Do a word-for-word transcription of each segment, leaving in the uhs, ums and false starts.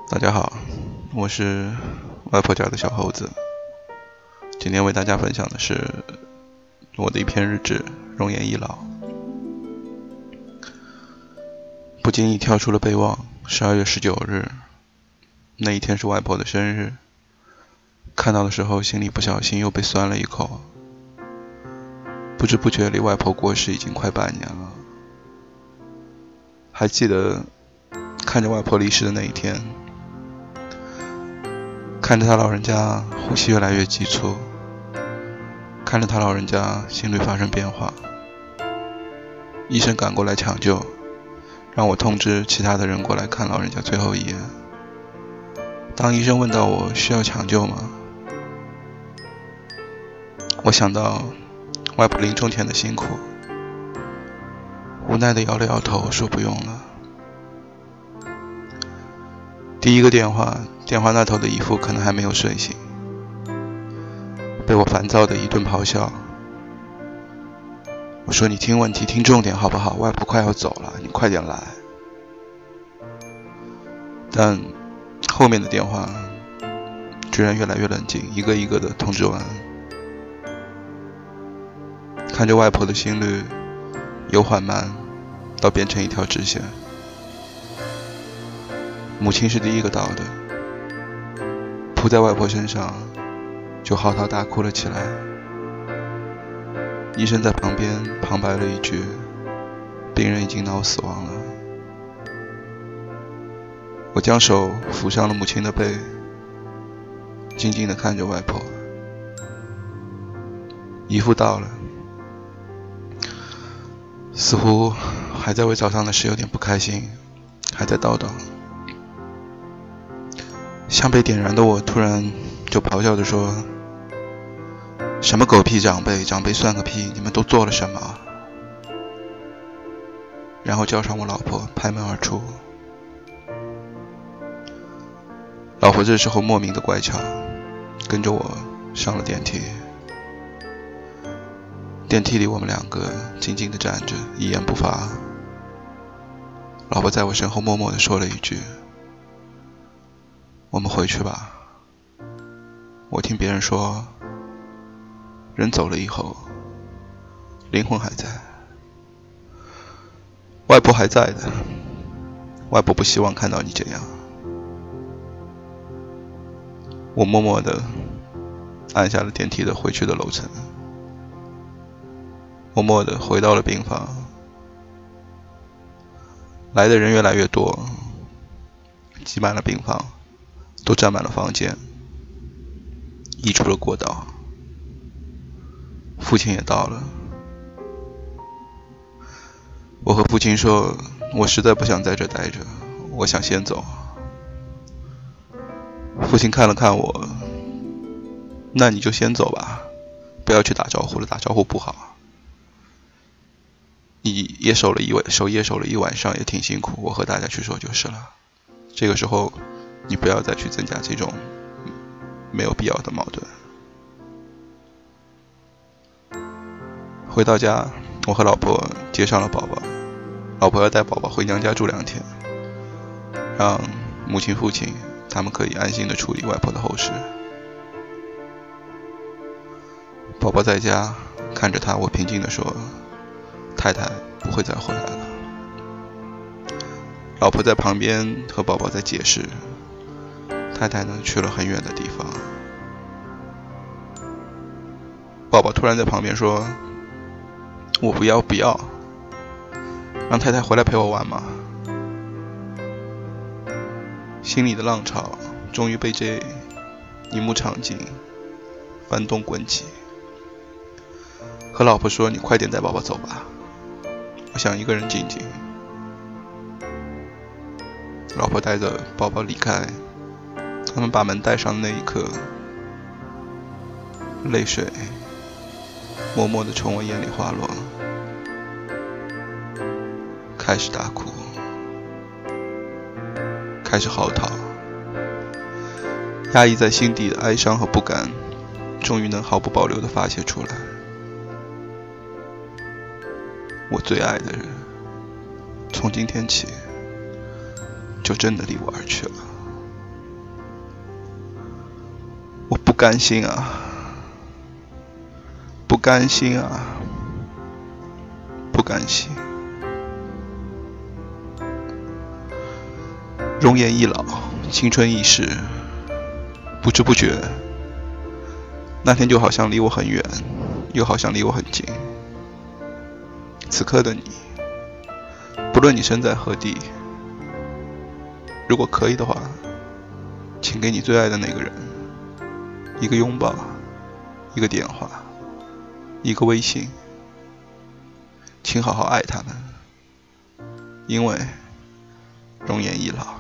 大家好，我是外婆家的小猴子。今天为大家分享的是我的一篇日志，容颜一老。不经意跳出了备忘，十二月十九日，那一天是外婆的生日。看到的时候，心里不小心又被酸了一口。不知不觉离外婆过世已经快半年了。还记得看着外婆离世的那一天，看着她老人家呼吸越来越急促，看着她老人家心率发生变化，医生赶过来抢救，让我通知其他的人过来看老人家最后一眼。当医生问到我需要抢救吗，我想到外婆临终前的辛苦，无奈地摇了摇头，说不用了。第一个电话，电话那头的姨父可能还没有睡醒，被我烦躁的一顿咆哮。我说：“你听问题，听重点好不好？外婆快要走了，你快点来。”但后面的电话居然越来越冷静，一个一个的通知完。看着外婆的心率由缓慢到变成一条直线。母亲是第一个到的，扑在外婆身上就嚎啕大哭了起来。医生在旁边旁白了一句：“病人已经脑死亡了。”我将手抚上了母亲的背，静静地看着外婆。姨父到了，似乎还在为早上的事有点不开心，还在叨叨。像被点燃的我突然就咆哮着说：“什么狗屁长辈，长辈算个屁，你们都做了什么？”然后叫上我老婆，拍门而出。老婆这时候莫名的乖巧，跟着我上了电梯。电梯里我们两个静静地站着，一言不发。老婆在我身后默默地说了一句：“我们回去吧。”我听别人说，人走了以后，灵魂还在。外婆还在的，外婆不希望看到你这样。我默默地按下了电梯的回去的楼层，默默地回到了病房。来的人越来越多，挤满了病房，都占满了房间，溢出了过道。父亲也到了。我和父亲说，我实在不想在这待着，我想先走。父亲看了看我，那你就先走吧，不要去打招呼了，打招呼不好。你也守了一晚，守夜守了一晚上，也挺辛苦，我和大家去说就是了。这个时候，你不要再去增加这种没有必要的矛盾。回到家，我和老婆接上了宝宝，老婆要带宝宝回娘家住两天，让母亲、父亲他们可以安心的处理外婆的后事。宝宝在家看着他，我平静地说：“太太不会再回来了。”老婆在旁边和宝宝在解释，太太呢去了很远的地方。宝宝突然在旁边说：“我不要不要，让太太回来陪我玩嘛。”心里的浪潮终于被这一幕场景翻动滚起。和老婆说：“你快点带宝宝走吧，我想一个人静静。”老婆带着宝宝离开，他们把门带上的那一刻，泪水默默地从我眼里滑落，开始大哭，开始嚎啕，压抑在心底的哀伤和不甘，终于能毫不保留地发泄出来。我最爱的人，从今天起就真的离我而去了。 甘心啊，不甘心啊，不甘心。容颜易老，青春易逝，不知不觉，那天就好像离我很远，又好像离我很近。此刻的你，不论你身在何地，如果可以的话，请给你最爱的那个人一个拥抱，一个电话，一个微信，请好好爱他们，因为容颜易老。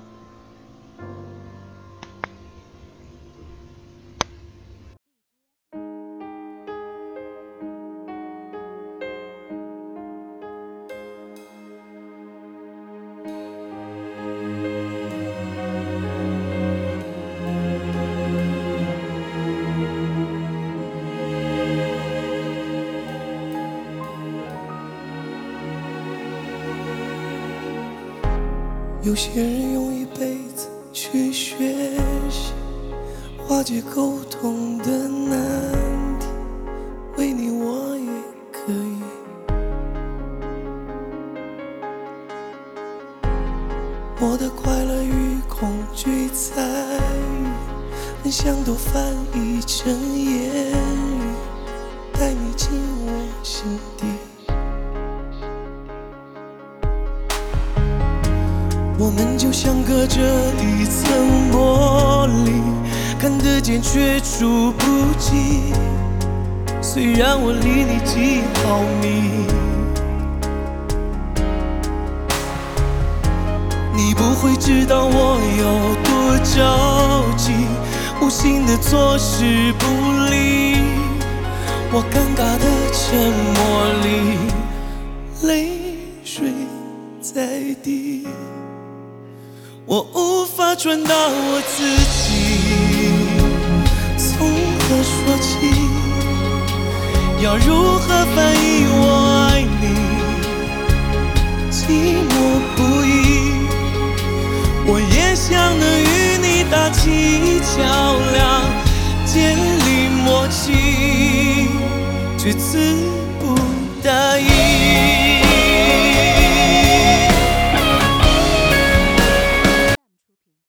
有些人用一辈子去学习化解沟通的难题，为你我也可以。我的快乐与恐惧在于很想都翻译成言语，带你进我心底。我们就像隔着一层玻璃，看得见却触不及。虽然我离你几毫米，你不会知道我有多着急，无心的坐视不理。我尴尬的沉默里，泪水在滴。我无法传达我自己，从何说起？要如何翻译我爱你？寂寞不已，我也想能与你搭起桥梁，